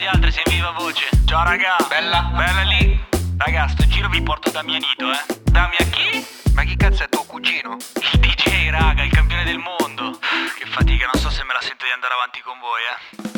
altre, sei in viva voce. Ciao raga, bella lì. Raga, sto giro vi porto Damianito, Dammi a chi? Ma chi cazzo è tuo cugino? Il DJ, raga, il campione del mondo. Che fatica, non so se me la sento di andare avanti con voi,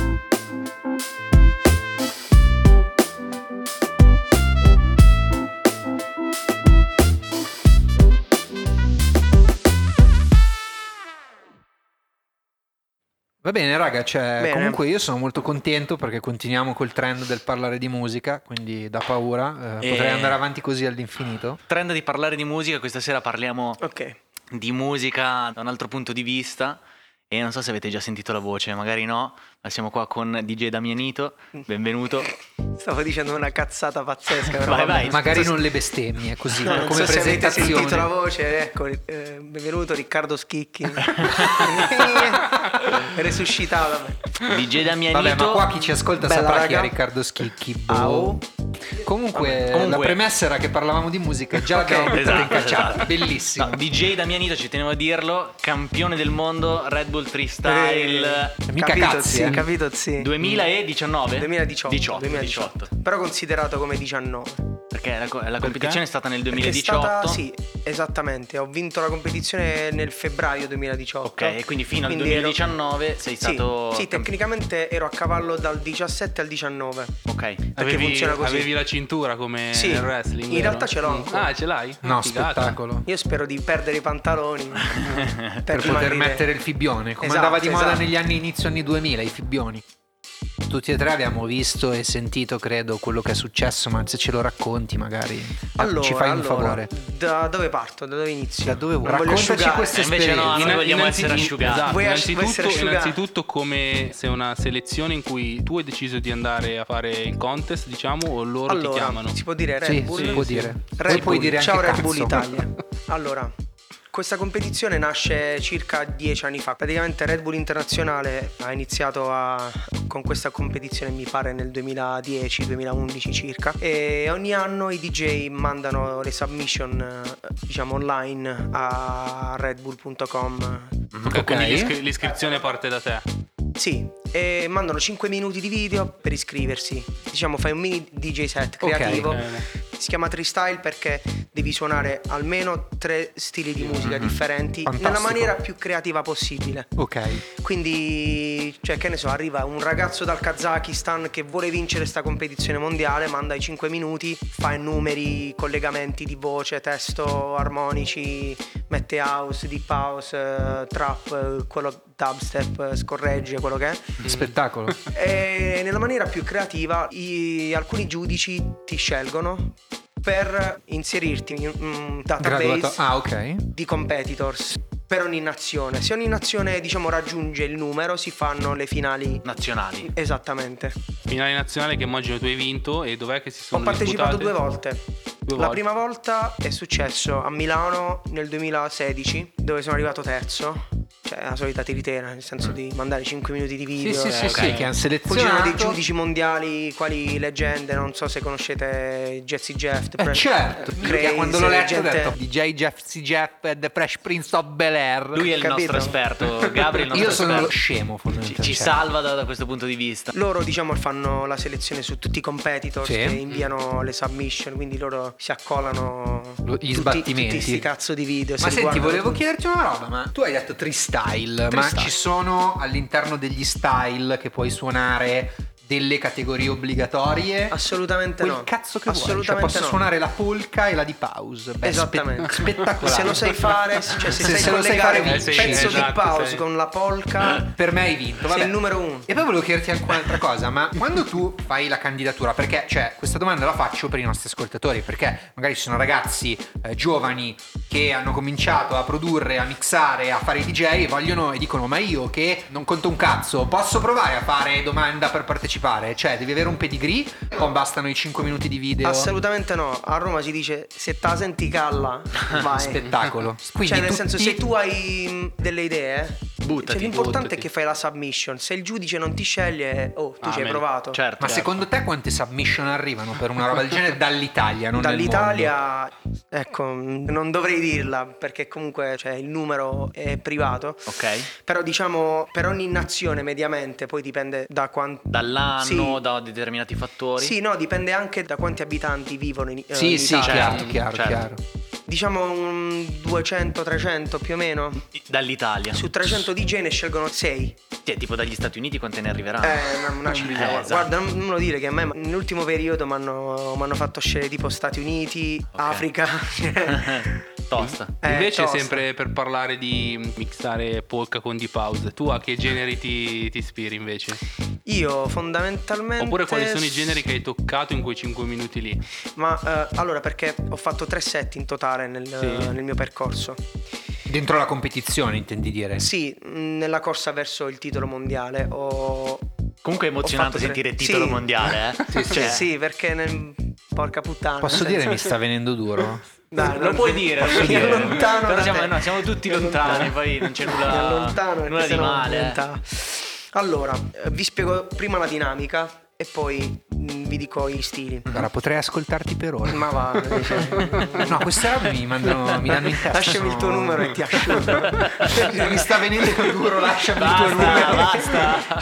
Va bene raga, Bene. comunque io sono molto contento perché continuiamo col trend del parlare di musica, quindi da paura, potrei andare avanti così all'infinito. Trend di parlare di musica, questa sera parliamo Ok. di musica da un altro punto di vista e non so se avete già sentito la voce, magari no, ma siamo qua con DJ Damianito, benvenuto. Stavo dicendo una cazzata pazzesca, però Vai, vabbè. vai. Magari non le bestemmie, così No, non come so se avete presentazione. sentito la voce, ecco, benvenuto Riccardo Schicchi. Resuscitato. DJ Damianito. Vabbè, ma qua chi ci ascolta Bella, saprà chi raga. è Riccardo Schicchi. Au. Comunque, Comunque- la premessa era che parlavamo di musica, già Ok, l'abbiamo buttata in esatto, cacciata. esatto. Bellissimo. No, DJ Damianito, ci tenevo a dirlo, campione del mondo Red Bull Freestyle Mica capito, cazzi, sì, eh. capito, sì. 2019? 2018. 18. Però considerato come 19. Perché la competizione è stata nel Perché 2018. è stata, sì, esattamente. Ho vinto la competizione nel febbraio 2018. Ok, e quindi fino al Quindi ero- 2019 sei Sì, stato sì, tecnicamente ero a cavallo dal 17 al 19. Ok. Perché funziona così. Avevi la cintura come Sì, nel wrestling? in realtà ce l'ho ancora. Ah, ce l'hai? No, Figata. spettacolo. Io spero di perdere i pantaloni Per poter rimanere- mettere il fibbione, come Esatto, andava di moda esatto. negli inizio anni 2000, i fibbioni. Tutti e tre abbiamo visto e sentito, credo, quello che è successo, ma se ce lo racconti magari ci fai un favore. Da dove parto? Da dove inizio? Da dove vuoi? Non voglio Raccontaci asciugare. queste Invece no, esperienze. noi vogliamo essere asciugati. Esatto, Vuoi essere innanzitutto, asciugati? innanzitutto come se è una selezione in cui tu hai deciso di andare a fare il contest, diciamo, o loro ti chiamano? si può dire Red Sì, Bull? si può dire. Red Poi puoi Bull. dire anche Ciao Red cazzo. Bull Italia. Allora, questa competizione nasce circa 10 anni fa. Praticamente Red Bull Internazionale ha iniziato con questa competizione, mi pare nel 2010-2011 circa, e ogni anno i DJ mandano le submission diciamo online a redbull.com. Ok, quindi l'iscrizione parte da te. Sì, e mandano 5 minuti di video per iscriversi. Diciamo fai un mini DJ set creativo. Bene. Si chiama Freestyle perché devi suonare almeno 3 stili di musica differenti Fantastico. nella maniera più creativa possibile. Ok. Quindi, cioè, che ne so, arriva un ragazzo dal Kazakistan che vuole vincere sta competizione mondiale, manda i 5 minuti, fa i numeri, collegamenti di voce, testo, armonici, mette house, deep house, trap, quello dubstep, scorregge, quello che è. Spettacolo. E nella maniera più creativa alcuni giudici ti scelgono per inserirti in un database Graduato. Ah, ok. di competitors per ogni nazione. Se ogni nazione, diciamo, raggiunge il numero, si fanno le finali. Nazionali. Esattamente. Finale nazionale che immagino tu hai vinto, e dov'è che si sono Ho partecipato disputate? 2 volte. Due La volte. prima volta è successo a Milano nel 2016, dove sono arrivato terzo. Cioè la solita tiritera, nel senso di mandare 5 minuti di video. Sì, sì, ok. sì, che hanno Poi c'erano selezionato. dei giudici mondiali, quali leggende, non so se conoscete Jazzy Jeff. Certo, Crazy, quando l'ho letto gente- ho detto DJ Jeffsy Jeff e The Fresh Prince of Bel-Air. Lui è il Capito? nostro esperto, Gabriel, il nostro Io sono esperto. lo scemo fondamentalmente. Ci salva da questo punto di vista. Loro, diciamo, fanno la selezione su tutti i competitors Sì. che inviano le submission, quindi loro si accolano Gli sbattimenti. tutti sti cazzo di video. Ma si senti, guardano volevo tutti. chiederti una roba, ma tu hai detto Freestyle, ma Freestyle. ci sono all'interno degli style che puoi suonare delle categorie obbligatorie? Assolutamente Quel no. cazzo che vuoi, cioè Assolutamente posso no. suonare la polka e la deep house. Beh, Esattamente. spettacolare. Se lo sai fare, cioè se sai se lo sai collegare fare, un vinci. pezzo Esatto, di house sì. con la polka, Per me hai vinto, vabbè. sei il numero 1. E poi volevo chiederti anche un'altra cosa, ma quando tu fai la candidatura, perché cioè questa domanda la faccio per i nostri ascoltatori, perché magari ci sono ragazzi giovani che hanno cominciato a produrre, a mixare, a fare i DJ e vogliono e dicono ma io che non conto un cazzo, posso provare a fare domanda per partecipare? Cioè devi avere un pedigree o bastano i 5 minuti di video? Assolutamente no. A Roma si dice se te la senti calla, vai. Spettacolo. Quindi Cioè nel senso, tutti- se tu hai delle idee, Buttati. l'importante è che fai la submission. Se il giudice non ti sceglie, tu ci hai provato. Certo. Ma secondo te quante submission arrivano per una roba del genere dall'Italia, non Dall'Italia, ecco, non dovrei dirla perché comunque il numero è privato. Ok. Però diciamo per ogni nazione mediamente, poi dipende da quanto. Dall'anno, Sì. da determinati fattori. Sì, no, dipende anche da quanti abitanti vivono in Sì, Italia. chiaro. Diciamo un 200-300 più o meno. Dall'Italia. Su 300 DJ ne scelgono 6. Sì, tipo dagli Stati Uniti quante ne arriveranno? Una cifra. esatto. Guarda, non me lo dire che a me nell'ultimo periodo mi hanno fatto scegliere tipo Stati Uniti, Africa. Tosta. Invece tosta. sempre per parlare di mixare polka con deep house, tu a che generi ti ispiri invece? Io fondamentalmente. Oppure quali sono i generi che hai toccato in quei 5 minuti lì? Ma allora, perché ho fatto 3 set in totale nel mio percorso. Dentro la competizione, intendi dire? Sì, nella corsa verso il titolo mondiale Comunque è emozionante ho fatto sentire il tre- titolo sì. mondiale, eh? Cioè, sì, perché porca puttana. Posso nel dire senso- mi sta venendo duro? Dai, Lo puoi dire, lo puoi mi dire. allontano Però da siamo, te. no, siamo tutti Mi lontani, allontano. poi non c'è Mi allontano nulla perché di sennò male. diventa- Allora, vi spiego prima la dinamica e poi vi dico gli stili. Allora potrei ascoltarti per ora. Ma va, No, queste robe mi danno in testa. lasciami il tuo numero e ti asciugo. Mi sta venendo duro, lasciami il tuo Basta, numero. basta.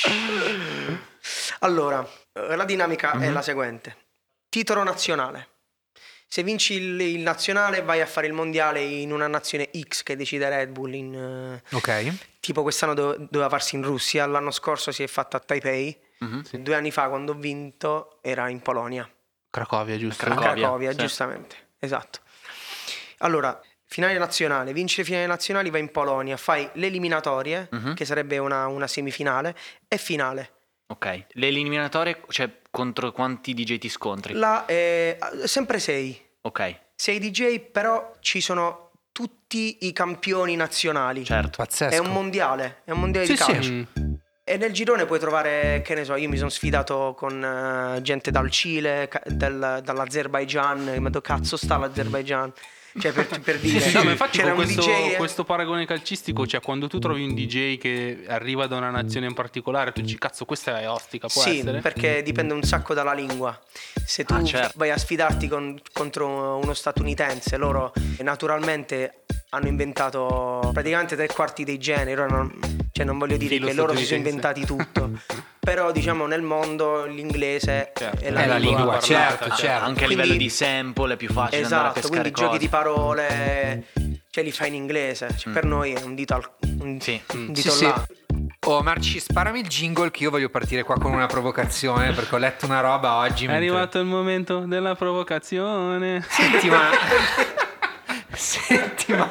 Allora, la dinamica è la seguente. Titolo nazionale. Se vinci il nazionale vai a fare il mondiale in una nazione X che decide Red Bull Ok. tipo quest'anno doveva farsi in Russia, l'anno scorso si è fatto a Taipei. Sì. 2 anni fa quando ho vinto era in Polonia. Cracovia, giusto? A Cracovia, sì. giustamente. Esatto. Allora, finale nazionale, vinci le finali nazionali, vai in Polonia, fai le eliminatorie, che sarebbe una semifinale, e finale. Ok. Le eliminatorie, cioè contro quanti DJ ti scontri? Là è sempre 6. Ok, 6 DJ, però ci sono tutti i campioni nazionali. certo. Pazzesco. È un mondiale Sì, di calcio. sì. E nel girone puoi trovare, che ne so, io mi sono sfidato con gente dal Cile, dall'Azerbaigian, ma dove cazzo sta l'Azerbaigian? Cioè per dire, No, ma infatti c'era con un questo, DJ questo paragone calcistico, cioè quando tu trovi un DJ che arriva da una nazione in particolare, tu dici cazzo, questa è ostica, può sì, essere? perché dipende un sacco dalla lingua. Se tu certo. vai a sfidarti contro uno statunitense, loro naturalmente hanno inventato praticamente 3/4 dei generi. Ora non voglio dire Filo che loro si sono statunitense. inventati tutto. Però diciamo nel mondo l'inglese Certo. è la È la lingua lingua, parlata, certo, cioè, certo. Anche a Quindi- livello di sample è più facile andare a Esatto, pescare quindi giochi di cose. parole li fai in inglese. Cioè, per noi è un dito Sì. un dito Sì, là. Oh, Marci, sparami il jingle che io voglio partire qua con una provocazione perché ho letto una roba oggi. È mentre- arrivato il momento della provocazione. Senti, ma... Senti, ma...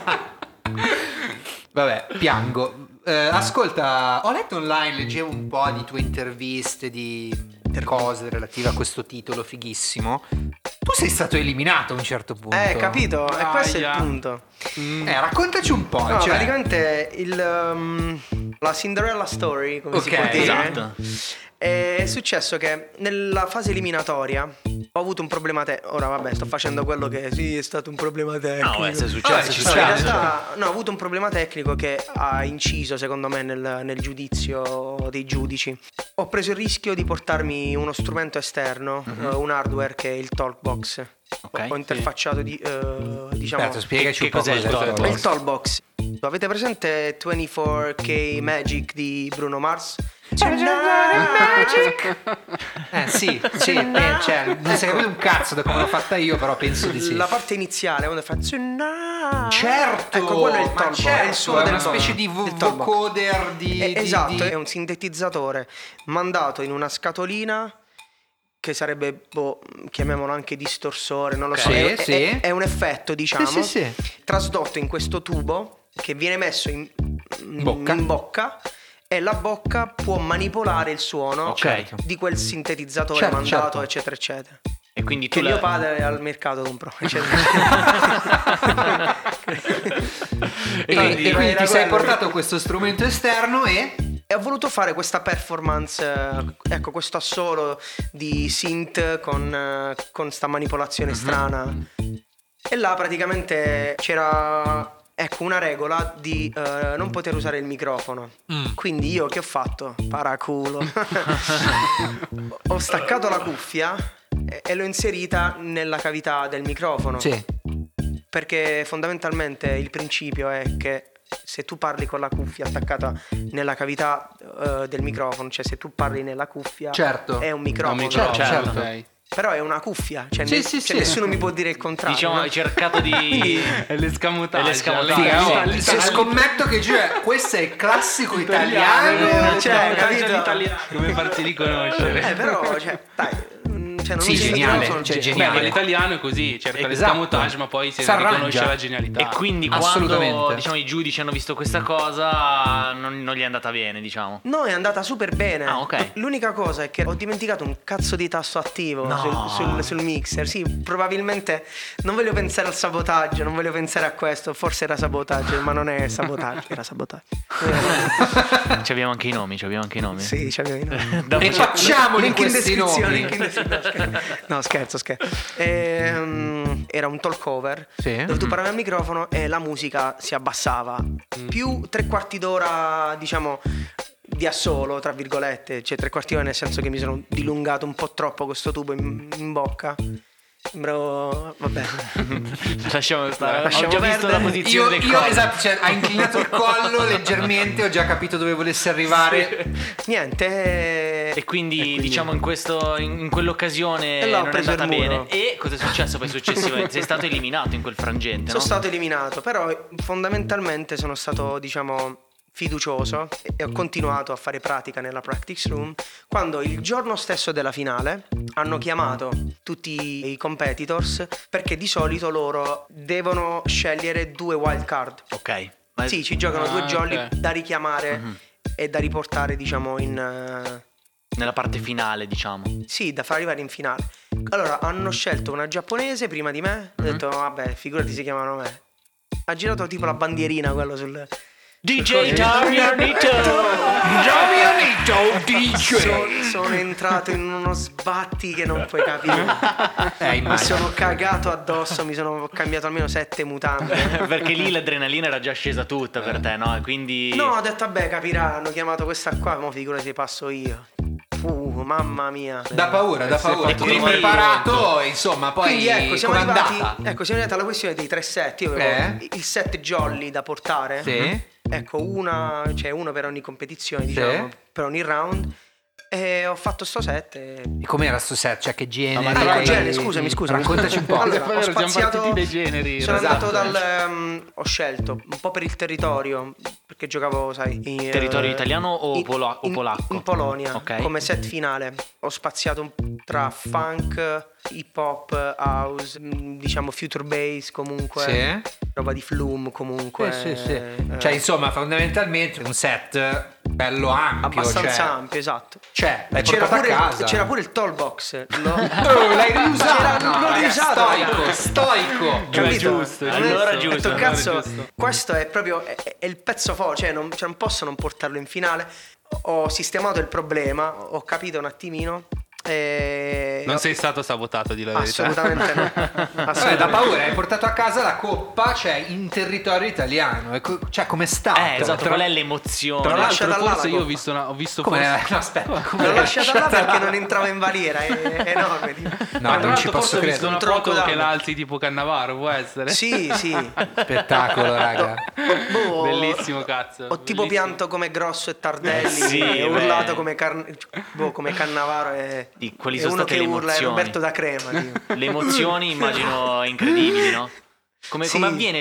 Vabbè, piango. Ascolta, ho letto online, leggevo un po' di tue interviste, di cose relative a questo titolo fighissimo. Tu sei stato eliminato a un certo punto. Capito? E questo è il Aia. punto. Raccontaci un po'. No, cioè- praticamente la Cinderella Story, come si Ok, può dire, esatto. è successo che nella fase eliminatoria ho avuto un problema ora vabbè, sto facendo quello che sì, è stato un problema tecnico. No, se è Vabbè, successo, ci è No, sta. in successo. realtà ho avuto un problema tecnico che ha inciso secondo me nel giudizio dei giudici. Ho preso il rischio di portarmi uno strumento esterno, un hardware che è il Talkbox. Ok, Ho interfacciato diciamo Aspetta, spiegaci Che un po' cos'è il cos'è Talkbox? è il Talkbox. Avete presente 24K Magic di Bruno Mars? Sì, cioè, non si è capito un cazzo da come l'ho fatta io, però penso di sì. La parte iniziale quando fa Certo, ecco, quello è il ma Talkbox, certo, è il suono è del una specie di del Talkbox. vocoder di... Esatto, è un sintetizzatore mandato in una scatolina che sarebbe, chiamiamolo anche distorsore, non lo so, Sì, è, sì. è un effetto, diciamo, sì. trasdotto in questo tubo che viene messo in Bocca. bocca e la bocca può manipolare il suono Ok. di quel sintetizzatore Certo, mandato, certo. eccetera, eccetera. E quindi tu Che mio padre al mercato comprò, eccetera. E quindi ti Era sei quello. portato questo strumento esterno e... E ho voluto fare questa performance, ecco, questo assolo di synth con sta manipolazione strana. E là praticamente c'era ecco, una regola di non poter usare il microfono. Quindi io che ho fatto? Paraculo. Ho staccato la cuffia e l'ho inserita nella cavità del microfono. Sì. Perché fondamentalmente il principio è che se tu parli con la cuffia attaccata nella cavità del microfono, cioè se tu parli nella cuffia, Certo. è un microfono. Certo. ok. Però è una cuffia, cioè, Sì, sì, sì. nessuno mi può dire il contrario. Diciamo, no? hai cercato di... È l'escamotage. È l'escamotage, all'italiano. sì. Scommetto che questo è il classico italiano. Cioè, L'escamotage capito? all'italiano. Come farsi riconoscere. Però, cioè, dai, non Sì, usi il geniale, microfono, cioè, Beh, geniale. ma l'italiano è così, cerca Esatto. l'escamotage, ma poi si S'arrangia. riconosce la genialità. E quindi Assolutamente. quando, diciamo, i giudici hanno visto questa cosa non gli è andata bene, diciamo. No, è andata super bene. Ah, ok. L'unica cosa è che ho dimenticato un cazzo di tasto attivo No. sul mixer. Sì, probabilmente non voglio pensare al sabotaggio, non voglio pensare a questo. Forse era sabotaggio, ma non è sabotaggio, era sabotaggio. Ci abbiamo anche i nomi, Sì, c'avevo i nomi. Dopo E facciamoli Link in questi descrizione, nomi. link in descrizione. No, scherzo. Era un talk cover Sì. dove tu parlavi al microfono e la musica si abbassava più 3/4 d'ora, diciamo, di assolo, tra virgolette, cioè 3/4 d'ora nel senso che mi sono dilungato un po' troppo questo tubo in bocca. Sembravo, vabbè. lasciamo stare. Lasciamo Ho già visto perdere. la posizione del collo. Esatto, cioè, ha inclinato il collo leggermente, ho già capito dove volesse arrivare. Niente. E quindi, diciamo, in quell'occasione E là ho non è preso andata il muro. bene. E cosa è successo poi successivamente? Sei stato eliminato in quel frangente, Sono no? stato eliminato, però fondamentalmente sono stato, diciamo, fiducioso e ho continuato a fare pratica nella practice room quando il giorno stesso della finale hanno chiamato tutti i competitors perché di solito loro devono scegliere 2 wild card. Ok. Ma Sì, ci giocano 2 jolly ok. da richiamare e da riportare, diciamo, nella parte finale, diciamo. sì, da far arrivare in finale. Allora, hanno scelto una giapponese prima di me. Ho detto, vabbè, figurati se chiamano me. Ha girato tipo la bandierina, quello sul... DJ Damianito! Sono entrato in uno sbatti che non puoi capire. Mi Immagino. sono cagato addosso, ho cambiato almeno 7 mutande. Perché lì l'adrenalina era già scesa tutta per te, no? E quindi... No, ho detto, vabbè, capirà, hanno chiamato questa qua, mo figurati passo io. Mamma mia. Da paura. E Tutto quindi- preparato, insomma, poi Quindi ecco, siamo com'è arrivati, andata? siamo arrivati alla questione dei 3 set. Io avevo il set jolly da portare. Sì. Ecco, uno per ogni competizione, diciamo, per ogni round. E ho fatto sto set e... E com'era sto set? Cioè, che genere? ma Ecco, dai, genere, scusami. Raccontaci un po'. Allora, È ho vero, siamo spaziato, partiti dai generi. sono Esatto. andato ho scelto un po' per il territorio, perché giocavo, sai, in, Territorio italiano o polacco? In Polonia, Ok. come set finale. Ho spaziato tra funk, hip hop, house, diciamo future bass comunque. Sì. Roba di Flume comunque. Sì. Cioè, insomma, fondamentalmente un set bello ampio. abbastanza ampio, esatto. Cioè, l'hai C'era portato a casa. c'era pure il toll box. Oh, l'hai riusato. L'ho raga, riusato, stoico. Capito? giusto, allora Ho giusto, detto, allora cazzo, giusto. questo è proprio è il pezzo forte, cioè non posso non portarlo in finale. Ho sistemato il problema, ho capito un attimino. Non sei stato sabotato, di la verità. Assolutamente no. Cioè, da paura hai portato a casa la coppa, cioè in territorio italiano. Cioè, come sta? Esatto, qual è l'emozione? Tra l'altro, lasciata là forse la io ho coppa. visto, ho visto Come? forse... No, aspetta. L'ho Come lasciata là perché non entrava in valiera, è enorme. Tipo. No, Tra non ci l'altro posso forse ho visto credere. una Un tronco foto che d'albero. l'alzi tipo Cannavaro, può essere? Sì. Spettacolo, raga. Boh, Bellissimo, cazzo. Ho tipo bellissimo. pianto come Grosso e Tardelli, Sì, e urlato beh. come Cannavaro e Quali e sono uno state che le urla è emozioni? Roberto da Crema. Tipo. Le emozioni immagino incredibili, no? Come Sì. avviene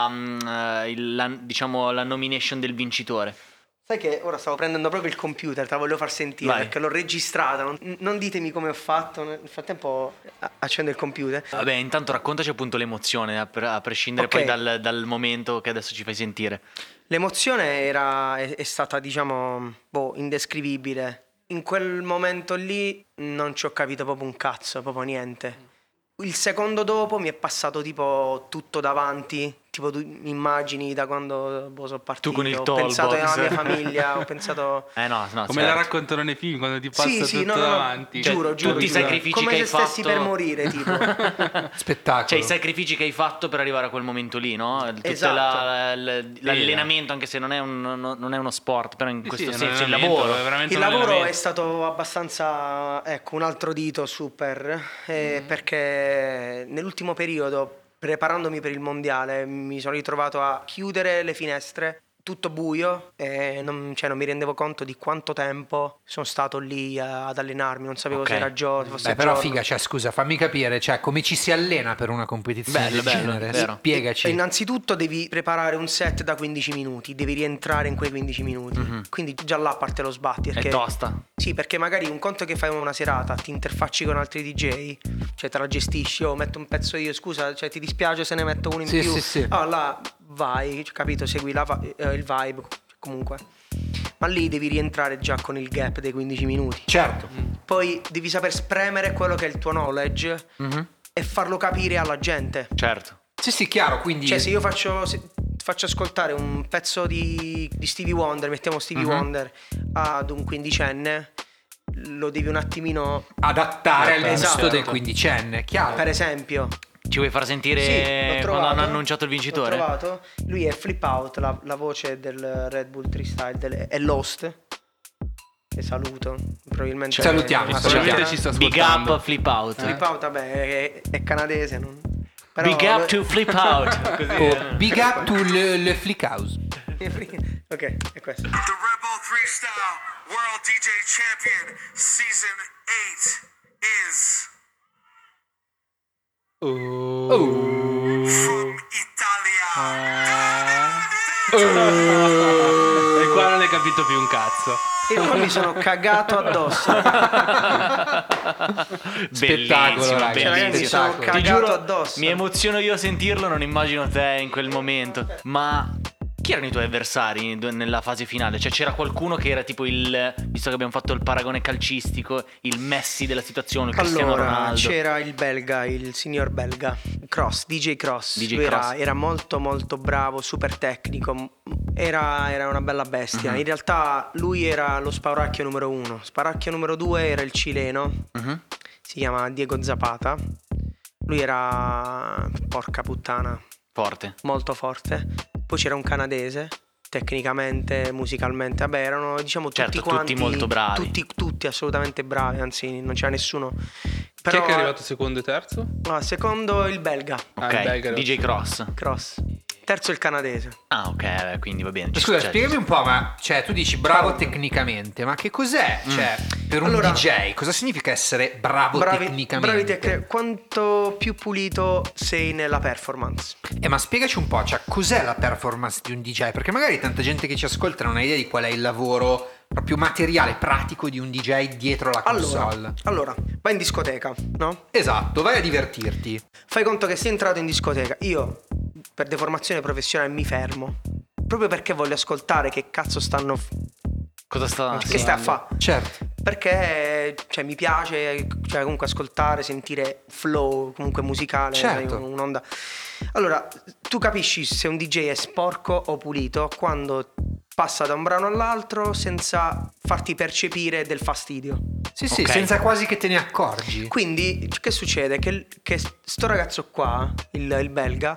diciamo, la nomination del vincitore? Sai che ora stavo prendendo proprio il computer, te la voglio far sentire Vai. perché l'ho registrata. Non ditemi come ho fatto. Nel frattempo accendo il computer. Vabbè, intanto raccontaci appunto l'emozione, a prescindere Ok. poi dal momento che adesso ci fai sentire. L'emozione è stata, diciamo, indescrivibile. In quel momento lì non ci ho capito proprio un cazzo, proprio niente. Il secondo dopo mi è passato tipo tutto davanti, tipo immagini da quando sono partito, Tu con il ho tall pensato box. alla mia famiglia, ho pensato... No, Come la raccontano nei film quando ti passa Sì, tutto no, davanti. giuro, tutti i sacrifici come che hai se stessi fatto- per morire, tipo. Spettacolo. Cioè i sacrifici che hai fatto per arrivare a quel momento lì, no? Tutto Esatto. l'allenamento, anche se non è uno sport, però in questo senso il allenamento, lavoro. è veramente Il un lavoro è allenamento. stato abbastanza, ecco, un altro dito super, perché nell'ultimo periodo, preparandomi per il mondiale, mi sono ritrovato a chiudere le finestre, tutto buio, e non mi rendevo conto di quanto tempo sono stato lì ad allenarmi, non sapevo Ok. se era se fosse Beh, però giorno. figa, cioè scusa, fammi capire, cioè come ci si allena per una competizione del Bello, genere? vero. Spiegaci. Innanzitutto devi preparare un set da 15 minuti, devi rientrare in quei 15 minuti, quindi già là parte lo sbatti. È Perché, tosta. sì, perché magari un conto che fai una serata, ti interfacci con altri DJ, cioè te la gestisci, metto un pezzo io, scusa, cioè ti dispiace se ne metto uno in Sì, più? sì, sì. Là vai, capito, segui il vibe, comunque. Ma lì devi rientrare già con il gap dei 15 minuti. Certo. Poi devi saper spremere quello che è il tuo knowledge e farlo capire alla gente. Certo. Sì, sì, chiaro, quindi... Cioè, se io faccio ascoltare un pezzo di Stevie Wonder, mettiamo Stevie Wonder ad un quindicenne, lo devi un attimino, adattare al gusto Esatto. del quindicenne, chiaro. per esempio. Ci vuoi far sentire Sì, l'ho trovato, quando hanno annunciato il vincitore? L'ho trovato. Lui è Flip Out, la voce del Red Bull Freestyle, è Lost. Che saluto. Probabilmente Ci salutiamo, Probabilmente ci sta Big ascoltando. up, flip out. Flip Out, vabbè, è canadese. Però Big up to flip out. Così, Oh, big up to le Flick House. Ok, è questo. The Red Bull Freestyle World DJ Champion Season 8 is from Italia. E qua non hai capito più un cazzo. E poi mi sono cagato addosso. Spettacolo, raga. Cioè, ragazzi, bellissimo. sono Spettacolo. Ti cagato giuro, addosso. mi emoziono io a sentirlo, non immagino te in quel momento. Ma chi erano i tuoi avversari nella fase finale? Cioè c'era qualcuno che era tipo visto che abbiamo fatto il paragone calcistico, il Messi della situazione, il Cristiano Allora, Ronaldo. c'era il belga, il signor belga, Cross, DJ Cross. DJ Lui Cross. era molto molto bravo, super tecnico, era una bella bestia. In realtà lui era lo spauracchio numero 1. Spauracchio numero 2 era il cileno, si chiama Diego Zapata. Lui era, porca puttana, Forte. molto forte. Poi c'era un canadese, tecnicamente, musicalmente, vabbè, erano diciamo Certo, tutti quanti tutti molto bravi. tutti assolutamente bravi, anzi non c'era nessuno. Chi Però è che è arrivato secondo e terzo? secondo il belga, Ok, il belga DJ Cross. Cross. Terzo il canadese. Ah, ok, quindi va bene. Scusa, Cioè, spiegami un po', ma cioè tu dici bravo tecnicamente, ma che cos'è? Cioè, per un Allora, DJ, cosa significa essere bravo tecnicamente? Quanto più pulito sei nella performance. Ma spiegaci un po', cioè cos'è la performance di un DJ? Perché magari tanta gente che ci ascolta non ha idea di qual è il lavoro proprio materiale, pratico di un DJ dietro la console. Allora, vai in discoteca, no? Esatto, vai a divertirti. Fai conto che sei entrato in discoteca. Io, per deformazione professionale, mi fermo. Proprio perché voglio ascoltare che cazzo stanno... cosa sta che stai a fa? Certo. Perché cioè, mi piace comunque ascoltare, sentire flow comunque musicale, Certo. sai, un'onda. Allora, tu capisci se un DJ è sporco o pulito quando passa da un brano all'altro senza farti percepire del fastidio. Sì, sì, Ok. senza quasi che te ne accorgi. Quindi che succede? Che sto ragazzo qua, il belga,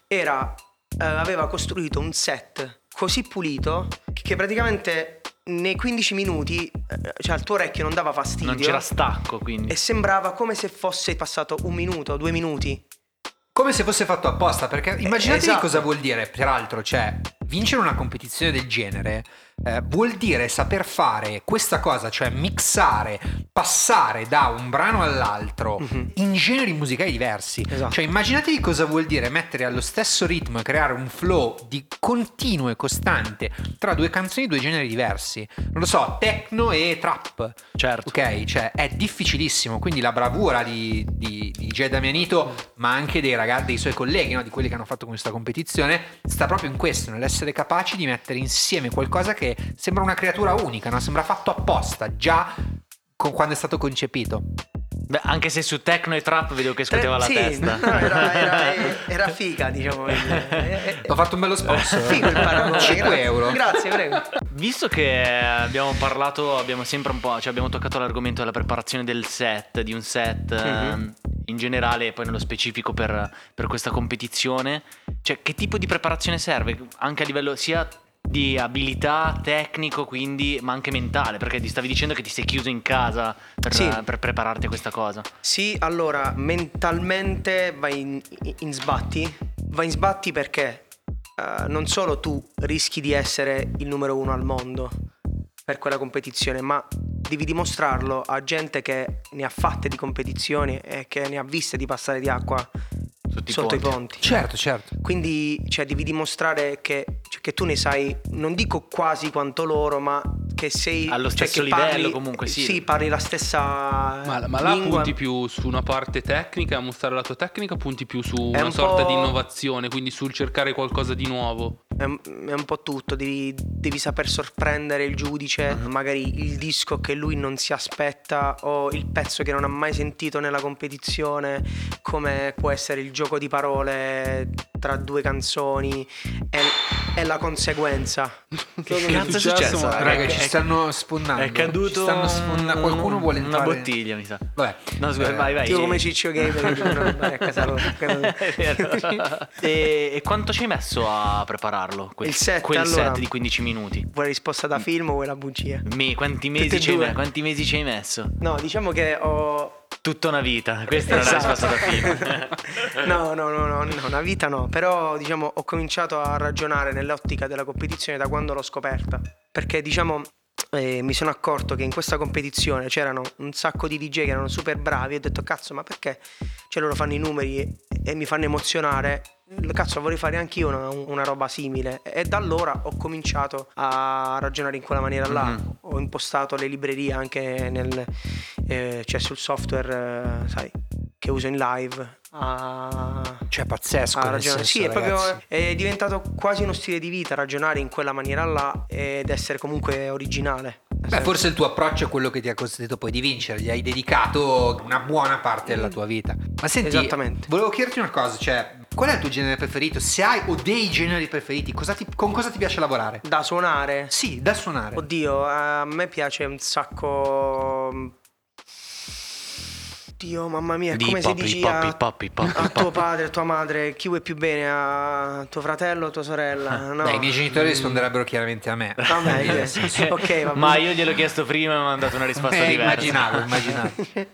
aveva costruito un set così pulito che praticamente nei 15 minuti cioè al tuo orecchio non dava fastidio. Non c'era stacco, quindi. E sembrava come se fosse passato 1 minuto, 2 minuti. Come se fosse fatto apposta, perché immaginatevi esatto. cosa vuol dire, peraltro, cioè vincere una competizione del genere vuol dire saper fare questa cosa, cioè mixare, passare da un brano all'altro in generi musicali diversi. Esatto. Cioè immaginatevi cosa vuol dire mettere allo stesso ritmo e creare un flow di continuo e costante tra due canzoni di due generi diversi. Non lo so, techno e trap. Certo. Ok, cioè è difficilissimo, quindi la bravura di DJ Damianito, ma anche dei suoi colleghi, no? Di quelli che hanno fatto questa competizione, sta proprio in questo, nell'essere capaci di mettere insieme qualcosa che sembra una creatura unica, no? Sembra fatto apposta, già quando è stato concepito. Beh, anche se su techno e trap vedo che scuoteva la Sì, testa. no, era figa, diciamo. Ho fatto un bello sponsor. Figo il paragone. 5 grazie. euro. Grazie, prego. Visto che abbiamo parlato, abbiamo sempre un po', cioè abbiamo toccato l'argomento della preparazione del set, di un set in generale e poi nello specifico per questa competizione, cioè che tipo di preparazione serve? Anche a livello sia di abilità, tecnico quindi, ma anche mentale, perché ti stavi dicendo che ti sei chiuso in casa per prepararti a questa cosa. Sì, allora, mentalmente vai in sbatti perché non solo tu rischi di essere il numero 1 al mondo per quella competizione, ma devi dimostrarlo a gente che ne ha fatte di competizioni e che ne ha viste di passare di acqua sotto i ponti. Certo. Quindi devi dimostrare che tu ne sai, non dico quasi quanto loro, ma che sei allo stesso che livello parli, comunque, sì. Sì, parli la stessa Ma là lingua. punti più su una parte tecnica, a mostrare la tua tecnica, punti più su È una un sorta po'- di innovazione, quindi sul cercare qualcosa di nuovo. È un po' tutto, devi saper sorprendere il giudice, magari il disco che lui non si aspetta o il pezzo che non ha mai sentito nella competizione, come può essere il gioco di parole tra due canzoni, è la conseguenza. Che cazzo è successo? Raga, ci stanno sfondando. È caduto Ci stanno sfondando. Qualcuno vuole una entrare. bottiglia, mi sa. Vabbè. No, scusa, vai. Tipo come Ciccio Gamer che dicono andare a casa loro. È vero. E quanto ci hai messo a prepararlo? Il set, quel allora. set di 15 minuti. Vuoi la risposta da film o vuoi la bugia? Quanti Tutte e mesi due. quanti mesi ci hai messo? No, diciamo che ho... Tutta una vita. Questa era la risposta da film. No, una vita no, però diciamo ho cominciato a ragionare nell'ottica della competizione da quando l'ho scoperta, perché diciamo mi sono accorto che in questa competizione c'erano un sacco di DJ che erano super bravi e ho detto cazzo, ma perché loro fanno i numeri e mi fanno emozionare, cazzo vorrei fare anch'io una roba simile, e da allora ho cominciato a ragionare in quella maniera là. Ho impostato le librerie anche cioè sul software sai che uso in live Cioè pazzesco, nel ragionare. senso, Sì, è ragazzi. proprio è diventato quasi uno stile di vita ragionare in quella maniera là ed essere comunque originale. Beh, forse il tuo approccio è quello che ti ha consentito poi di vincere, gli hai dedicato una buona parte della tua vita. Ma senti, Esattamente. volevo chiederti una cosa, cioè, qual è il tuo genere preferito? Se hai o dei generi preferiti, con cosa ti piace lavorare? Da suonare? Sì, da suonare. Oddio, a me piace un sacco. Oddio, mamma mia, è come se dici a tuo padre, a tua madre, chi vuoi più bene, a tuo fratello o tua sorella? No. Beh, i miei genitori risponderebbero chiaramente a me. Vabbè, ok, va Ma bene. io gliel'ho chiesto prima e mi ha dato una risposta diversa. Immaginavo.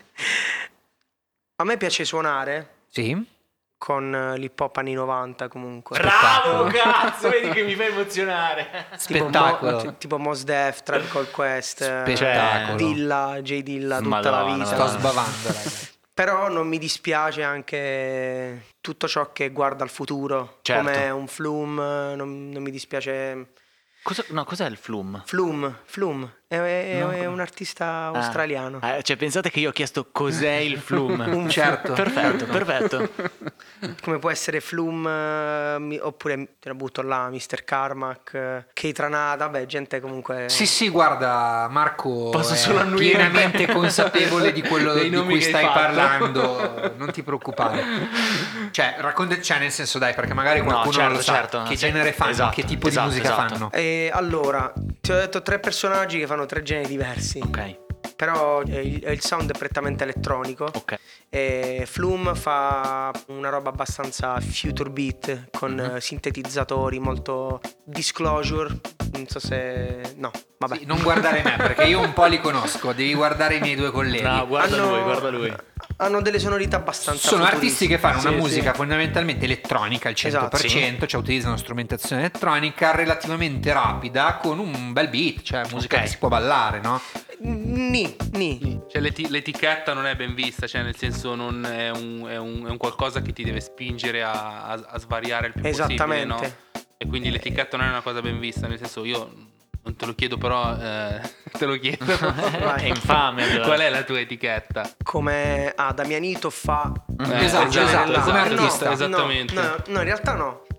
A me piace suonare Sì? con l'hip hop anni 90 comunque. Bravo, cazzo, vedi che mi fai emozionare. Spettacolo. Tipo Mos Def, Tribe Called Quest, Spettacolo. Dilla, J Dilla, tutta Madonna, la vita. Sto sbavando, ragazzi. Però non mi dispiace anche tutto ciò che guarda al futuro, Certo. come un Flume, non mi dispiace. Cos'è il Flume? Flume è un artista australiano. Cioè, pensate che io ho chiesto cos'è il Flume. Certo. Perfetto. Come può essere Flume, oppure te la butto là, Mr. Carmack, Keitranada, vabbè, gente comunque. Sì, guarda, Marco Posso è solo annuire. pienamente consapevole di quello Dei di nomi cui che hai stai fatto. parlando, non ti preoccupare. Cioè, cioè, nel senso, dai, perché magari qualcuno certo, non lo sa. certo. Che genere fanno, Esatto, che tipo esatto, di musica esatto. fanno. Allora, ti ho detto 3 personaggi che fanno 3 generi diversi. Ok. Però il sound è prettamente elettronico. Ok. E Flume fa una roba abbastanza future beat con sintetizzatori, molto Disclosure. Non so se. No, vabbè. Sì, non guardare me, perché io un po' li conosco, devi guardare i miei due colleghi. No, guarda lui. Hanno delle sonorità abbastanza Sono futuristiche. artisti che fanno una Sì, musica sì. fondamentalmente elettronica al 100%, Esatto, cioè utilizzano strumentazione elettronica relativamente rapida con un bel beat, cioè musica Ok. che si può ballare, no? Ni. Cioè l'etichetta non è ben vista, cioè nel senso non è un qualcosa che ti deve spingere a svariare il più possibile, Esattamente. no? E quindi l'etichetta non è una cosa ben vista, nel senso io non te lo chiedo, però te lo chiedo. È infame allora. Qual è la tua etichetta? Come Damianito fa Esatto, quel genere là. come No, artista. no, Esattamente. no, in realtà no.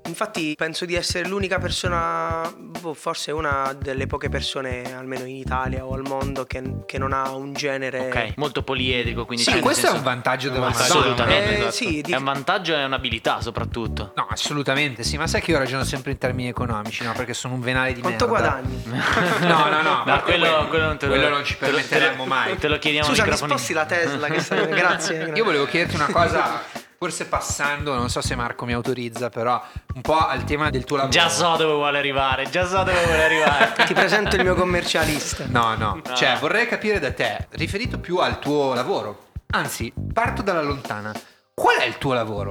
Infatti penso di essere l'unica persona, forse una delle poche persone, almeno in Italia o al mondo, che non ha un genere. Ok, molto poliedrico, quindi Sì, cioè, nel questo è senso- un vantaggio della Madonna. Assolutamente. esatto. Sì, È un vantaggio e un'abilità soprattutto. No, assolutamente sì, ma sai che io ragiono sempre in termini economici, no? Perché sono un venale di quanto merda. guadagni? No, No, quello non te lo- quello non ci te lo- permetteremmo mai. Te lo chiediamo Scusa, ai mi microfoni. sposti la Tesla che sta... Grazie. Io volevo chiederti una cosa, forse passando, non so se Marco mi autorizza, però un po' al tema del tuo lavoro. Già so dove vuole arrivare, Ti presento il mio commercialista. No, cioè vorrei capire da te, riferito più al tuo lavoro. Anzi, parto dalla lontana. Qual è il tuo lavoro?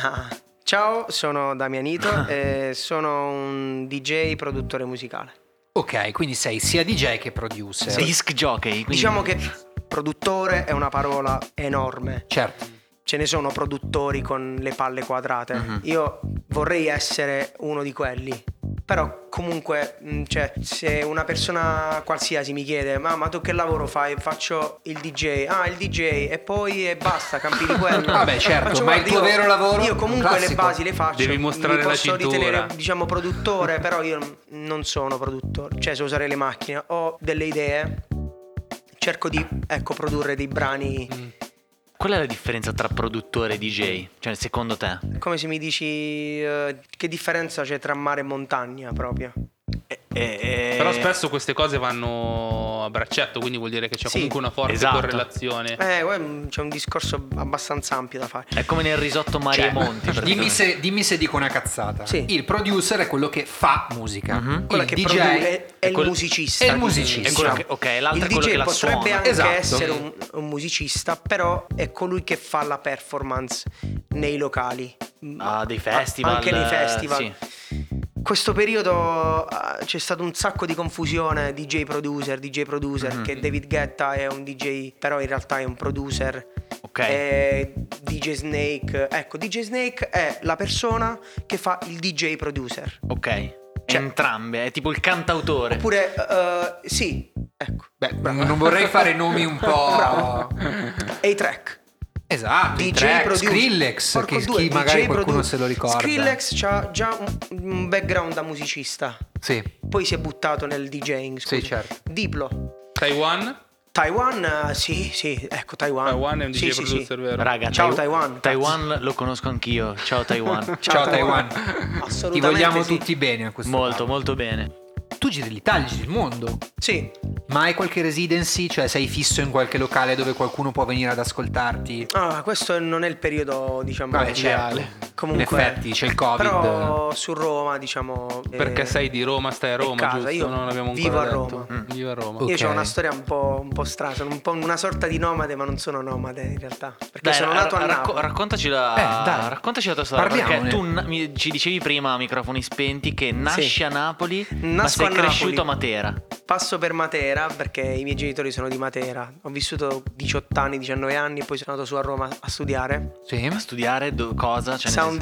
Ciao, sono Damianito e sono un DJ produttore musicale. Ok, quindi sei sia DJ che producer. Disc jockey. Quindi... Diciamo che produttore è una parola enorme. Certo. Ce ne sono produttori con le palle quadrate. Io vorrei essere uno di quelli. Però comunque, cioè, se una persona qualsiasi mi chiede ma tu che lavoro fai? Faccio il DJ. Ah, il DJ e poi e basta, campi di quello. Vabbè, certo, ma il tuo vero lavoro? Io Un comunque le classico. basi le faccio. Devi mostrare mi la posso cintura. ritenere, diciamo, produttore, però io non sono produttore. Cioè, so usare le macchine, ho delle idee, cerco di, produrre dei brani. Qual è la differenza tra produttore e DJ? Cioè, secondo te? Come se mi dici che differenza c'è tra mare e montagna proprio. Però spesso queste cose vanno a braccetto, quindi vuol dire che c'è Sì, comunque una forte esatto. correlazione. C'è un discorso abbastanza ampio da fare. È come nel risotto Mari Cioè, e Monti. dimmi se dico una cazzata. Sì. Il producer è quello che fa musica. Quella Il che DJ produce è il quel- musicista. è il musicista. È quello che- ok, l'altro il è quello DJ che la potrebbe suona. anche Esatto. essere un musicista, però è colui che fa la performance nei locali. Ah, dei festival. Anche nei festival. Sì. Questo periodo c'è stato un sacco di confusione DJ producer, che David Guetta è un DJ, però in realtà è un producer. Ok. E DJ Snake, ecco, DJ Snake è la persona che fa il DJ producer. Ok. Cioè- Entrambe, è tipo il cantautore. Oppure sì, ecco. Beh, non vorrei fare nomi un po'. Bravo. A-Track. Esatto, i DJ track, producer. Skrillex, Porco che due, chi magari DJ qualcuno produ- se lo ricorda. Skrillex ha già un background da musicista. Sì, Poi si è buttato nel DJing, scusa. sì, certo. Diplo. Taiwan? Taiwan, sì, ecco, Taiwan. Taiwan è un DJ Sì, producer, vero? Raga, Ciao, Taiwan. Taiwan lo conosco anch'io. Ciao Taiwan. Ciao Taiwan. Assolutamente Ti vogliamo sì. tutti bene a questo Molto, tavolo. molto bene. Tu giri l'Italia, giri il mondo. Sì, Ma hai qualche residency? Cioè sei fisso in qualche locale dove qualcuno può venire ad ascoltarti? questo non è il periodo, diciamo, Vabbè, ideale. certo. Comunque, In effetti c'è il Covid. Però su Roma, diciamo, Perché sei di Roma, stai a Roma, casa. giusto? Io non l'abbiamo vivo ancora a detto. Roma. Vivo a Roma. Ok. Io ho una storia un po' strana, sono un po' una sorta di nomade, ma non sono nomade in realtà. Perché Dai, sono nato a Napoli. raccontaci dai. raccontaci la tua storia. Parliamone. Perché tu ci dicevi prima a microfoni spenti che nasci a Napoli, ma Nasco sei a Napoli. cresciuto a Matera. Passo per Matera perché i miei genitori sono di Matera. Ho vissuto 18 anni, 19 anni e poi sono andato su a Roma a studiare. Sì. A studiare cosa? Cioè, Sound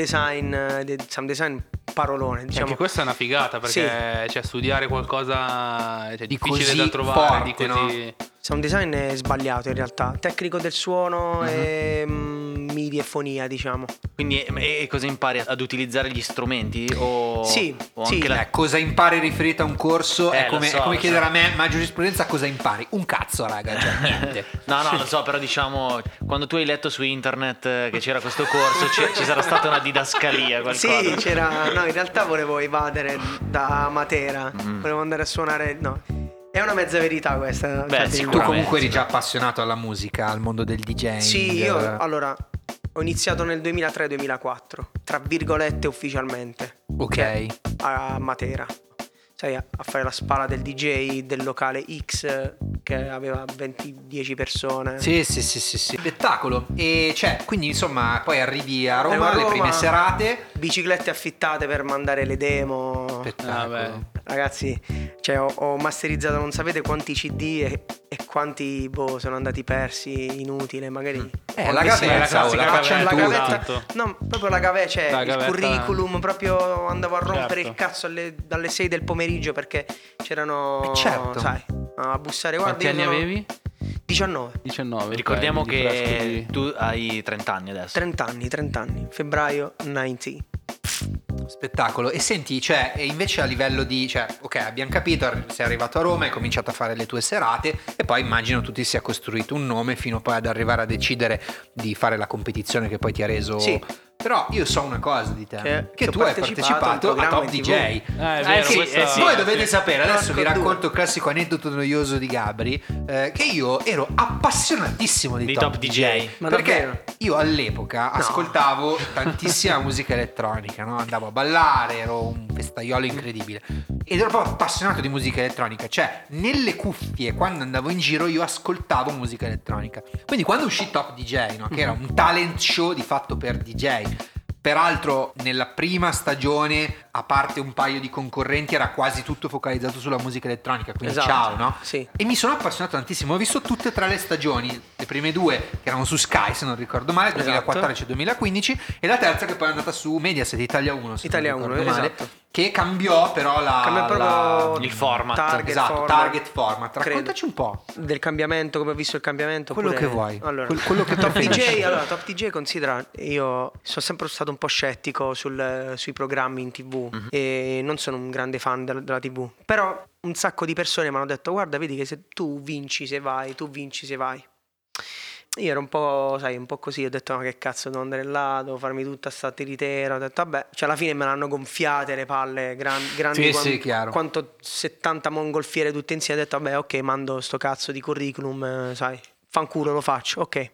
design parolone, diciamo. Anche questa è una figata perché cioè, studiare qualcosa è Di difficile così da trovare, forte, di così... Sound design è sbagliato in realtà. Tecnico del suono e MIDI e fonia, diciamo. Quindi e cosa impari ad utilizzare gli strumenti? O, Sì, o sì. anche la... Cosa impari riferito a un corso? È lo come, so, è come lo chiedere so. a me, ma giurisprudenza cosa impari? Un cazzo, raga, cioè niente. No, lo so, però diciamo, quando tu hai letto su internet che c'era questo corso, ci sarà stata una didascalia, qualcosa. Sì, c'era. No, in realtà volevo evadere da Matera. Volevo andare a suonare. No. È una mezza verità questa. Beh, cioè, Tu sicuramente. comunque eri già appassionato alla musica, al mondo del DJing. Sì, io allora ho iniziato nel 2003-2004, tra virgolette ufficialmente. Ok. A Matera. Sai, a fare la spalla del DJ del locale X che aveva 10 persone. Sì. Spettacolo. E cioè, quindi insomma, poi arrivi a Roma, Arrivo a le prime Roma, serate. Biciclette affittate per mandare le demo. Spettacolo. Vabbè. Ragazzi, cioè ho masterizzato non sapete quanti CD e quanti sono andati persi, inutile, magari. La gavetta, la la facciamo la tutti. gavetta, Esatto. no, proprio la gavetta, cioè La il gavetta- curriculum, proprio andavo a rompere Certo. il cazzo dalle 6 del pomeriggio perché c'erano, certo. sai, a bussare. Guarda, Quanti io anni sono avevi? 19. 19. Ricordiamo ok, quindi fresco che di- tu hai 30 anni adesso. 30 anni, febbraio 90. Spettacolo. E senti, cioè, e invece a livello di, cioè, ok, abbiamo capito, sei arrivato a Roma, hai cominciato a fare le tue serate e poi immagino tu ti sia costruito un nome fino poi ad arrivare a decidere di fare la competizione che poi ti ha reso... Sì. Però io so una cosa di te, che ho tu hai partecipato partecipato a un a Top programma in DJ. È vero, sì, questa- sì. Voi dovete sapere, adesso vi Porco racconto due. il classico aneddoto noioso di Gabri, che io ero appassionatissimo di Di Top Top DJ. DJ. Ma perché davvero? io all'epoca ascoltavo tantissima musica elettronica, no? Andavo a ballare, ero un festaiolo incredibile ed ero proprio appassionato di musica elettronica, cioè nelle cuffie quando andavo in giro io ascoltavo musica elettronica. Quindi quando uscì Top DJ, no? Che era un talent show di fatto per DJ. Peraltro nella prima stagione, a parte un paio di concorrenti, era quasi tutto focalizzato sulla musica elettronica, quindi Esatto, ciao, no? sì. E mi sono appassionato tantissimo, ho visto tutte e tre le stagioni, le prime due che erano su Sky se non ricordo male, 2014 e 2015, e la terza che poi è andata su Mediaset Italia 1, se Italia non 1, ricordo male, esatto. che cambiò però Cambia proprio il format. esatto, target format. Raccontaci un po'. del cambiamento, come ho visto il cambiamento. Quello oppure- che vuoi. Allora, Quello che Top preferisci. DJ, allora, Top DJ, considera, io sono sempre stato un po' scettico sui programmi in TV e non sono un grande fan della TV, però un sacco di persone mi hanno detto guarda, vedi che se tu vinci se vai, tu vinci se vai. Io ero un po', sai, un po' così, ho detto ma che cazzo devo andare là, devo farmi tutta sta tiritera, ho detto vabbè, cioè alla fine me l'hanno gonfiate le palle grandi Sì, chiaro. quanto 70 mongolfiere tutte insieme, ho detto vabbè ok, mando sto cazzo di curriculum, sai, fanculo, lo faccio, ok. E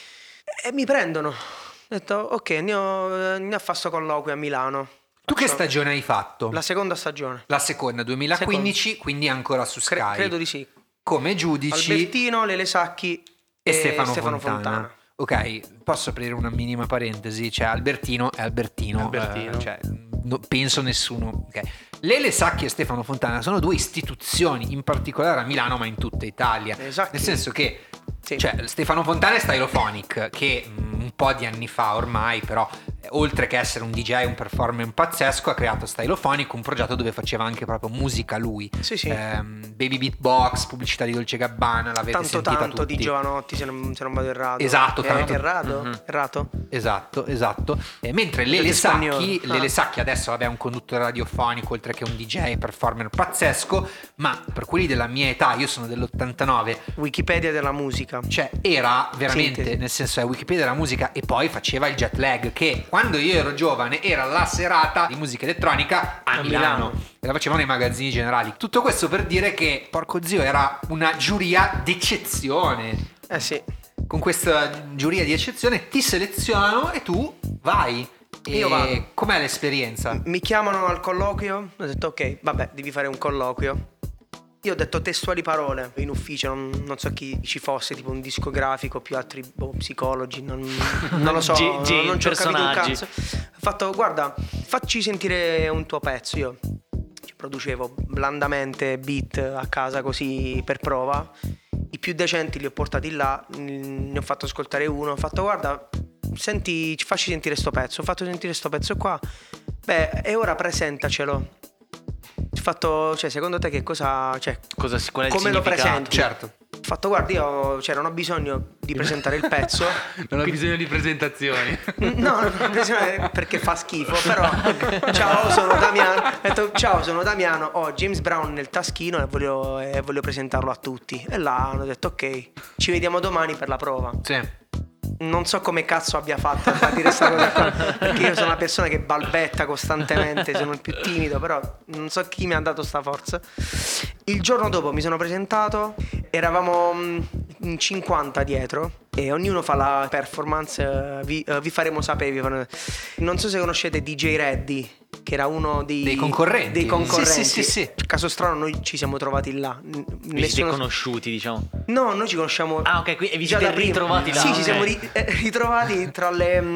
mi prendono, ho detto ok, andiamo a fare sto colloquio a Milano. Tu che stagione hai fatto? La seconda stagione. La seconda, 2015, quindi ancora su Sky. Credo di sì. Come giudici Albertino, Lele Sacchi e Stefano Fontana. Ok, posso aprire una minima parentesi? Cioè, Albertino è Albertino. Cioè, penso nessuno. Ok. Lele Sacchi e Stefano Fontana sono due istituzioni, in particolare a Milano, ma in tutta Italia. Esatto. Nel senso che Sì. cioè, Stefano Fontana è Stylophonic, che un po' di anni fa ormai, però, oltre che essere un DJ, un performer pazzesco, ha creato Stylophonic, un progetto dove faceva anche proprio musica lui. Sì, sì. Baby Beatbox, pubblicità di Dolce Gabbana, l'avete sentita Tanto tutti. di Giovanotti, se non vado errato. Esatto, tanto. Errato? Esatto. Mentre Lele Detto Sacchi, spagnolo. Lele Sacchi adesso vabbè, è un conduttore radiofonico, oltre che un DJ performer pazzesco, ma per quelli della mia età, io sono dell'89, Wikipedia della musica. cioè era veramente, Sintesi. nel senso è Wikipedia della musica, e poi faceva il jet lag, che quando io ero giovane era la serata di musica elettronica a Milano. E la facevano nei magazzini generali. Tutto questo per dire che, porco zio, era una giuria d'eccezione. Eh sì. Con questa giuria di eccezione ti selezionano e tu vai. E Io vado. com'è l'esperienza? Mi chiamano al colloquio, ho detto ok, vabbè, devi fare un colloquio. Io ho detto testuali parole in ufficio, non so chi ci fosse, tipo un discografico, più altri psicologi, non lo so, non ci ho capito un personaggi. cazzo. Ho fatto, guarda, facci sentire un tuo pezzo. Io ci producevo blandamente beat a casa così per prova. I più decenti li ho portati là, ne ho fatto ascoltare uno, ho fatto guarda, senti, facci sentire sto pezzo. Ho fatto sentire sto pezzo qua. Beh, e ora presentacelo. Ho fatto, cioè, secondo te che cosa, cioè, Qual è il come lo significato? presenti? Certo. Ho fatto, guarda, io non ho bisogno di presentare il pezzo. Non ho bisogno di presentazioni. No, non ho bisogno perché fa schifo. Però, ciao, sono Damiano. Ho detto, ciao, sono Damiano. Ho James Brown nel taschino e voglio presentarlo a tutti. E là hanno detto, ok, ci vediamo domani per la prova. Sì. Non so come cazzo abbia fatto a dire questa cosa qua, perché io sono una persona che balbetta costantemente, sono il più timido, però non so chi mi ha dato sta forza. Il giorno dopo mi sono presentato, eravamo in 50 dietro e ognuno fa la performance, vi faremo sapere. Non so se conoscete DJ Reddy, che era uno Dei concorrenti. Sì. Caso strano, noi ci siamo trovati là. Vi siete conosciuti, diciamo. No, noi ci conosciamo. Ah, ok, e vi già siete da prima. ritrovati là. Sì, ok. ci siamo ritrovati tra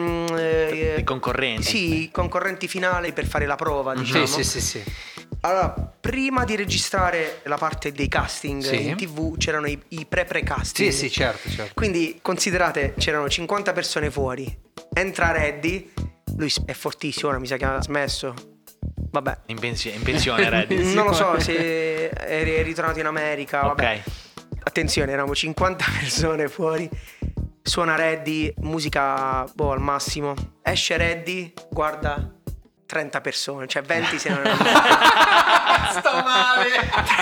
le I concorrenti. Sì, i concorrenti finali per fare la prova, diciamo. Sì. Allora, prima di registrare la parte dei casting Sì. in TV c'erano i pre-casting. Sì, certo. Quindi considerate, c'erano 50 persone fuori. Entra Reddy, lui è fortissimo, ora mi sa che ha smesso. Vabbè. In pensione, Reddy. Non lo so se è ritornato in America. Vabbè. Ok. Attenzione, eravamo 50 persone fuori. Suona Reddy, musica al massimo. Esce Reddy, guarda, 30 persone, cioè 20 se non Sto male.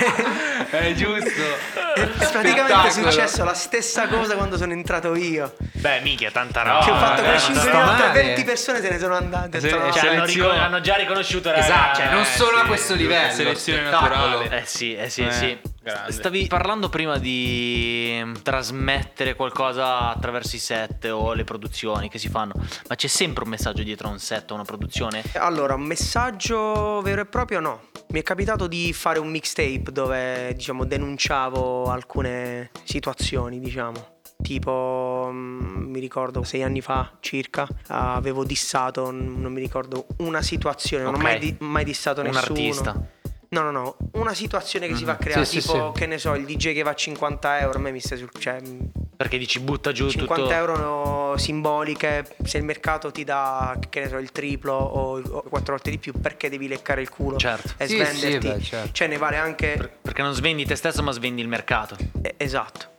È giusto. E praticamente è successo la stessa cosa quando sono entrato io. Beh, minchia, tanta roba. Che ho fatto quelle 5 sta minuti e male. 20 persone se ne sono andate. Ho detto, no. Cioè, Selezione. hanno già riconosciuto, raga. Esatto, cioè non sono a sì, questo sì, livello. selezione spettacolo. naturale. Sì. Grande. Stavi parlando prima di trasmettere qualcosa attraverso i set o le produzioni che si fanno, ma c'è sempre un messaggio dietro a un set o una produzione? Allora, un messaggio vero e proprio no. Mi è capitato di fare un mixtape dove, diciamo, denunciavo alcune situazioni, diciamo. Tipo, mi ricordo 6 anni fa circa, avevo dissato, non mi ricordo, una situazione, non ho mai dissato Un nessuno. artista. No, una situazione che si va a creare, Sì, tipo, sì. che ne so, il DJ che va a 50 euro, a me mi stai sul... cioè, Perché dici butta giù 50 tutto. euro simboliche, se il mercato ti dà, che ne so, il triplo o 4 volte di più, perché devi leccare il culo Certo. e Sì, svenderti? sì, beh, certo. Cioè ne vale anche... Perché non svendi te stesso ma svendi il mercato. Esatto.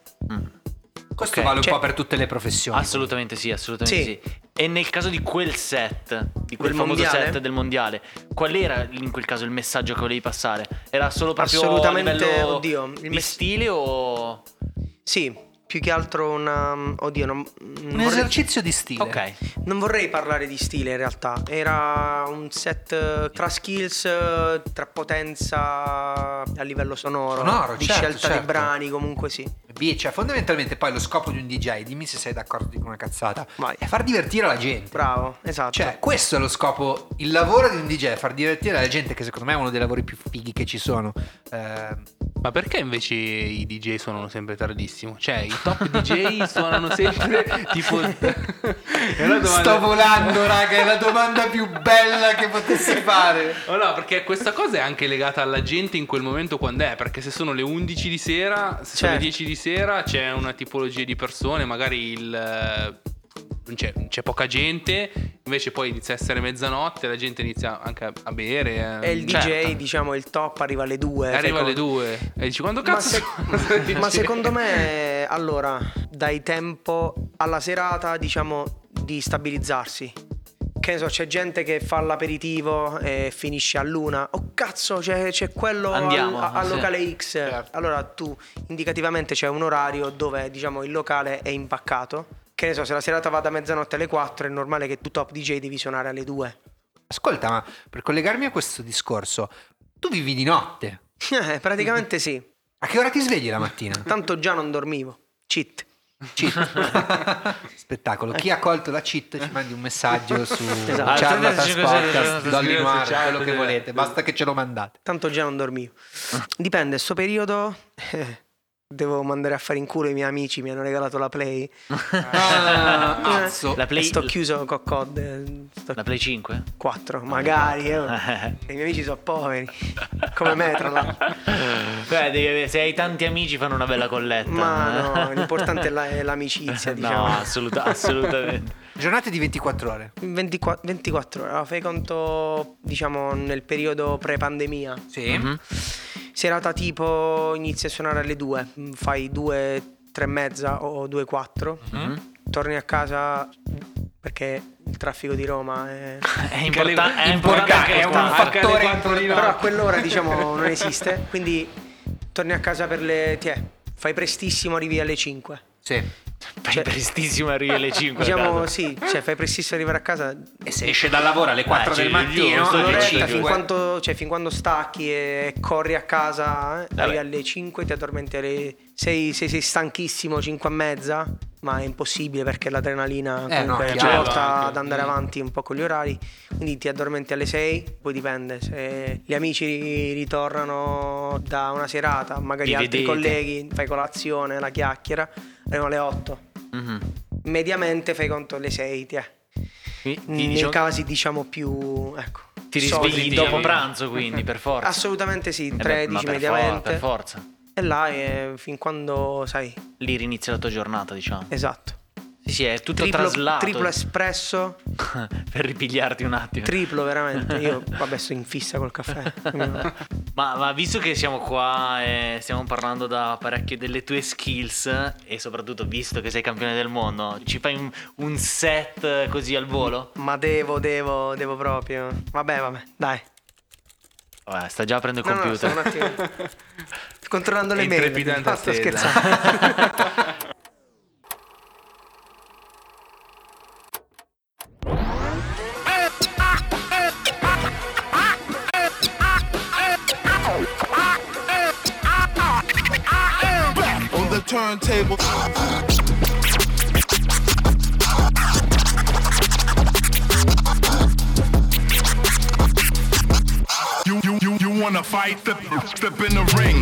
Questo Ok, vale un cioè- po' per tutte le professioni. Assolutamente sì. E nel caso di quel set, di quel Del famoso mondiale? set del mondiale, qual era in quel caso il messaggio che volevi passare? Era solo proprio Assolutamente, a livello oddio, di stile o... Sì, più che altro una... Oddio, non Un vorrei- esercizio di stile. Ok. Non vorrei parlare di stile in realtà, era un set tra skills, tra potenza a livello sonoro, di certo, scelta certo. dei brani, comunque sì. Cioè, fondamentalmente poi lo scopo di un DJ, dimmi se sei d'accordo, dico una cazzata, Vai. è far divertire la gente. Bravo, esatto. Cioè, questo è lo scopo, il lavoro di un DJ, è far divertire la gente, che secondo me è uno dei lavori più fighi che ci sono. Ma perché invece i DJ suonano sempre tardissimo? Cioè, i top DJ suonano sempre tipo... È una domanda- Sto volando, raga, è la domanda più bella che potessi fare. Oh no, perché questa cosa è anche legata alla gente in quel momento quando è. Perché se sono le 11 di sera, se sono le Certo. 10 di sera, c'è una tipologia di persone, magari c'è poca gente, invece poi inizia a essere mezzanotte, la gente inizia anche a bere. E il DJ, diciamo, il top arriva alle 2. Arriva alle 2 e dici quando Ma, cazzo ma secondo me, allora, dai tempo alla serata, diciamo, di stabilizzarsi. Che ne so, c'è gente che fa l'aperitivo e finisce all'1. Oh cazzo, c'è quello Andiamo, al sì. locale X. Certo. Allora tu indicativamente c'è un orario dove, diciamo, il locale è impaccato. Che ne so, se la serata va da mezzanotte alle 4 è normale che tu top DJ devi suonare alle 2. Ascolta, ma per collegarmi a questo discorso, tu vivi di notte. Praticamente sì. A che ora ti svegli la mattina? Tanto già non dormivo. Cheat. Spettacolo. Chi ha colto la cheat ci mandi un messaggio su Esatto. Charlatans 35, Podcast, Dolly scrivete Noir, su chat, quello che volete, basta che ce lo mandate. Tanto già non dormivo. Dipende, sto periodo devo mandare a fare in culo i miei amici, mi hanno regalato la Play. Azzo. La Play, E sto chiuso con COD. Sto la Play 5? 4, magari. I miei amici sono poveri. Come me, tra l'altro. Beh, se hai tanti amici fanno una bella colletta. Ma no, l'importante è l'amicizia, diciamo. No, assolutamente. Giornate di 24 ore. 24 ore. Allora, fai conto, diciamo, nel periodo pre-pandemia. Sì. Serata tipo inizia a suonare alle 2, fai 2, 3 e mezza o 2, 4, torni a casa perché il traffico di Roma è... È importante anche è un questo. fattore importante. Però a quell'ora, diciamo, non esiste, quindi torni a casa per le... fai prestissimo, arrivi alle 5. Sì. Fai prestissimo, arrivi alle 5. Diciamo sì, cioè fai prestissimo arrivare a casa. E se esce dal lavoro alle 4 del mattino, giusto, alle Un'oretta, 5. fin quando stacchi e corri a casa, arrivi alle 5, ti addormenti alle 6, sei stanchissimo, 5 e mezza, ma è impossibile perché l'adrenalina no, comunque ti chiaro, porta anche. ad andare avanti un po' con gli orari, quindi ti addormenti alle 6, poi dipende, se gli amici ritornano da una serata, magari Vi altri vedete. colleghi, fai colazione, la chiacchiera, arrivano alle 8. Mediamente fai conto alle 6, nei casi diciamo più, ecco, Ti solidi, risvegli diciamo. dopo pranzo, quindi per forza. Assolutamente sì, Eh beh, 13 ma per mediamente. per forza. E là fin quando, sai, Lì rinizia la tua giornata, diciamo. esatto. Sì, è tutto traslato. Triplo espresso, Per ripigliarti un attimo. triplo veramente. Io, vabbè, sto in fissa col caffè. Ma visto che siamo qua e stiamo parlando da parecchio delle tue skills e soprattutto visto che sei campione del mondo, ci fai un set così al volo? Ma devo proprio. Vabbè, dai. Vabbè, sta già aprendo il No, computer. sto un attimo. Sto controllando le È mail. intrepidante Sto attesa. scherzando. On the turntable. You wanna fight? Step in the ring.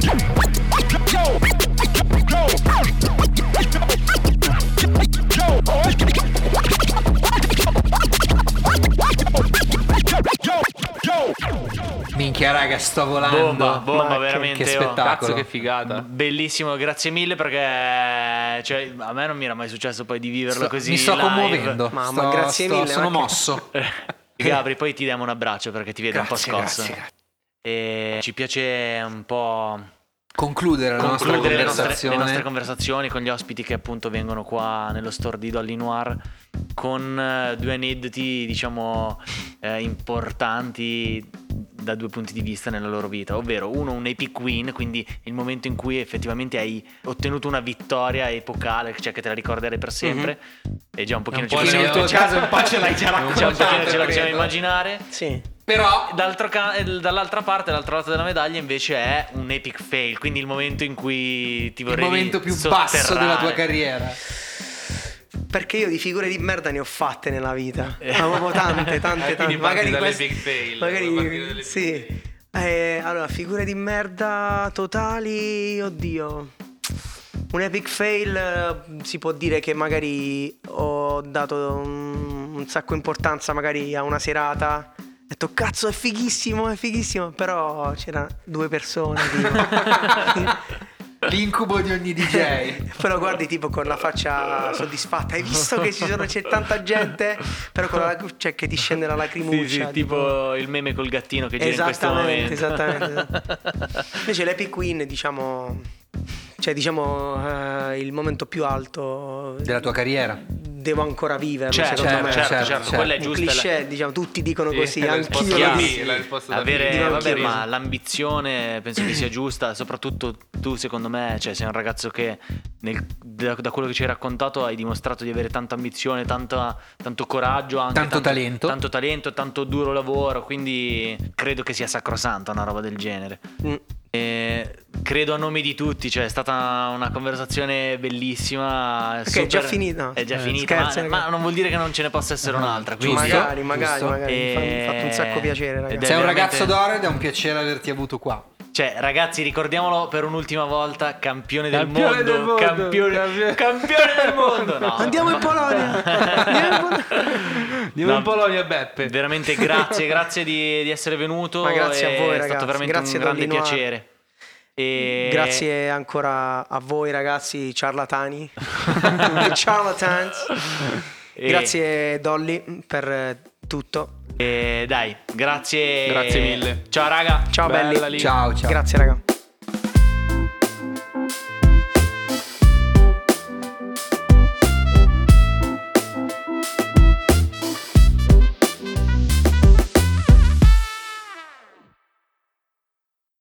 Minchia raga, sto volando. Bomba, Ma veramente. che oh. spettacolo. Cazzo, che figata. Bellissimo, grazie mille perché cioè, a me non mi era mai successo poi di viverlo così. Mi sto live. commuovendo. Ma Sto- grazie mille, Sono ma che- mosso. Gabri, poi ti diamo un abbraccio perché ti vedo Grazie, un po' scosso. grazie. E ci piace un po' Concludere la nostra concludere conversazione. le nostre conversazioni con gli ospiti che appunto vengono qua nello store di Dolly Noir con due aneddoti diciamo importanti da due punti di vista nella loro vita, ovvero uno un epic win, quindi il momento in cui effettivamente hai ottenuto una vittoria epocale, cioè che te la ricorderai per sempre, e già un pochino po' ci nel tuo caso un po' ce l'hai già raccontato, un pochino ce la possiamo credo. immaginare. Sì. Però Dall'altra parte, dall'altro lato della medaglia, invece è un epic fail, quindi il momento in cui ti il vorrei momento più basso sotterrare. della tua carriera. Perché io di figure di merda ne ho fatte nella vita. Avevo tante. Quindi parti dall'epic fail, vuoi partire Magari dall'epic sì. Allora, figure di merda totali, oddio. Un epic fail si può dire che magari ho dato un sacco importanza magari a una serata. Ho detto cazzo è fighissimo, però c'erano due persone tipo. L'incubo di ogni DJ. Però guardi tipo con la faccia soddisfatta. Hai visto che c'è tanta gente? Però con la cioè, che ti scende la lacrimuccia. Sì, tipo il meme col gattino che gira in questo momento. Esattamente. Invece l'Epic Win, diciamo, il momento più alto Della tua carriera. devo ancora viverlo, Certo, secondo me. certo, quella è Un giusta. cliché, diciamo, tutti dicono così, la anch'io risposta lo da dico. sì, la risposta da Avere, Dico vabbè, anch'io. ma l'ambizione penso che sia giusta, soprattutto tu secondo me, cioè sei un ragazzo che da quello che ci hai raccontato hai dimostrato di avere tanta ambizione, tanto coraggio, anche Tanto talento. tanto talento, tanto duro lavoro, quindi credo che sia sacrosanta una roba del genere. Mm. E credo a nome di tutti, cioè è stata una conversazione bellissima. Perché è già finita. È già finita, Scherzi, ma ragazzi. non vuol dire che non ce ne possa essere un'altra. Quindi Magari, giusto. mi ha fatto un sacco piacere, ragazzi. ed è Sei un veramente- ragazzo d'oro ed è un piacere averti avuto qua. Cioè, ragazzi, ricordiamolo per un'ultima volta: campione del Campione mondo. del mondo. Campione del mondo. No, Andiamo in Polonia. Andiamo No, in Polonia, Beppe. veramente grazie di essere venuto. Ma grazie a voi, È ragazzi. stato veramente Grazie un grande Dolly Noir. piacere. E Grazie ancora a voi ragazzi ciarlatani. Charlatans. E- Grazie Dolly per tutto. E dai, grazie. Grazie mille. Ciao, raga. Ciao Bella belli. lì. Ciao, ciao. Grazie raga.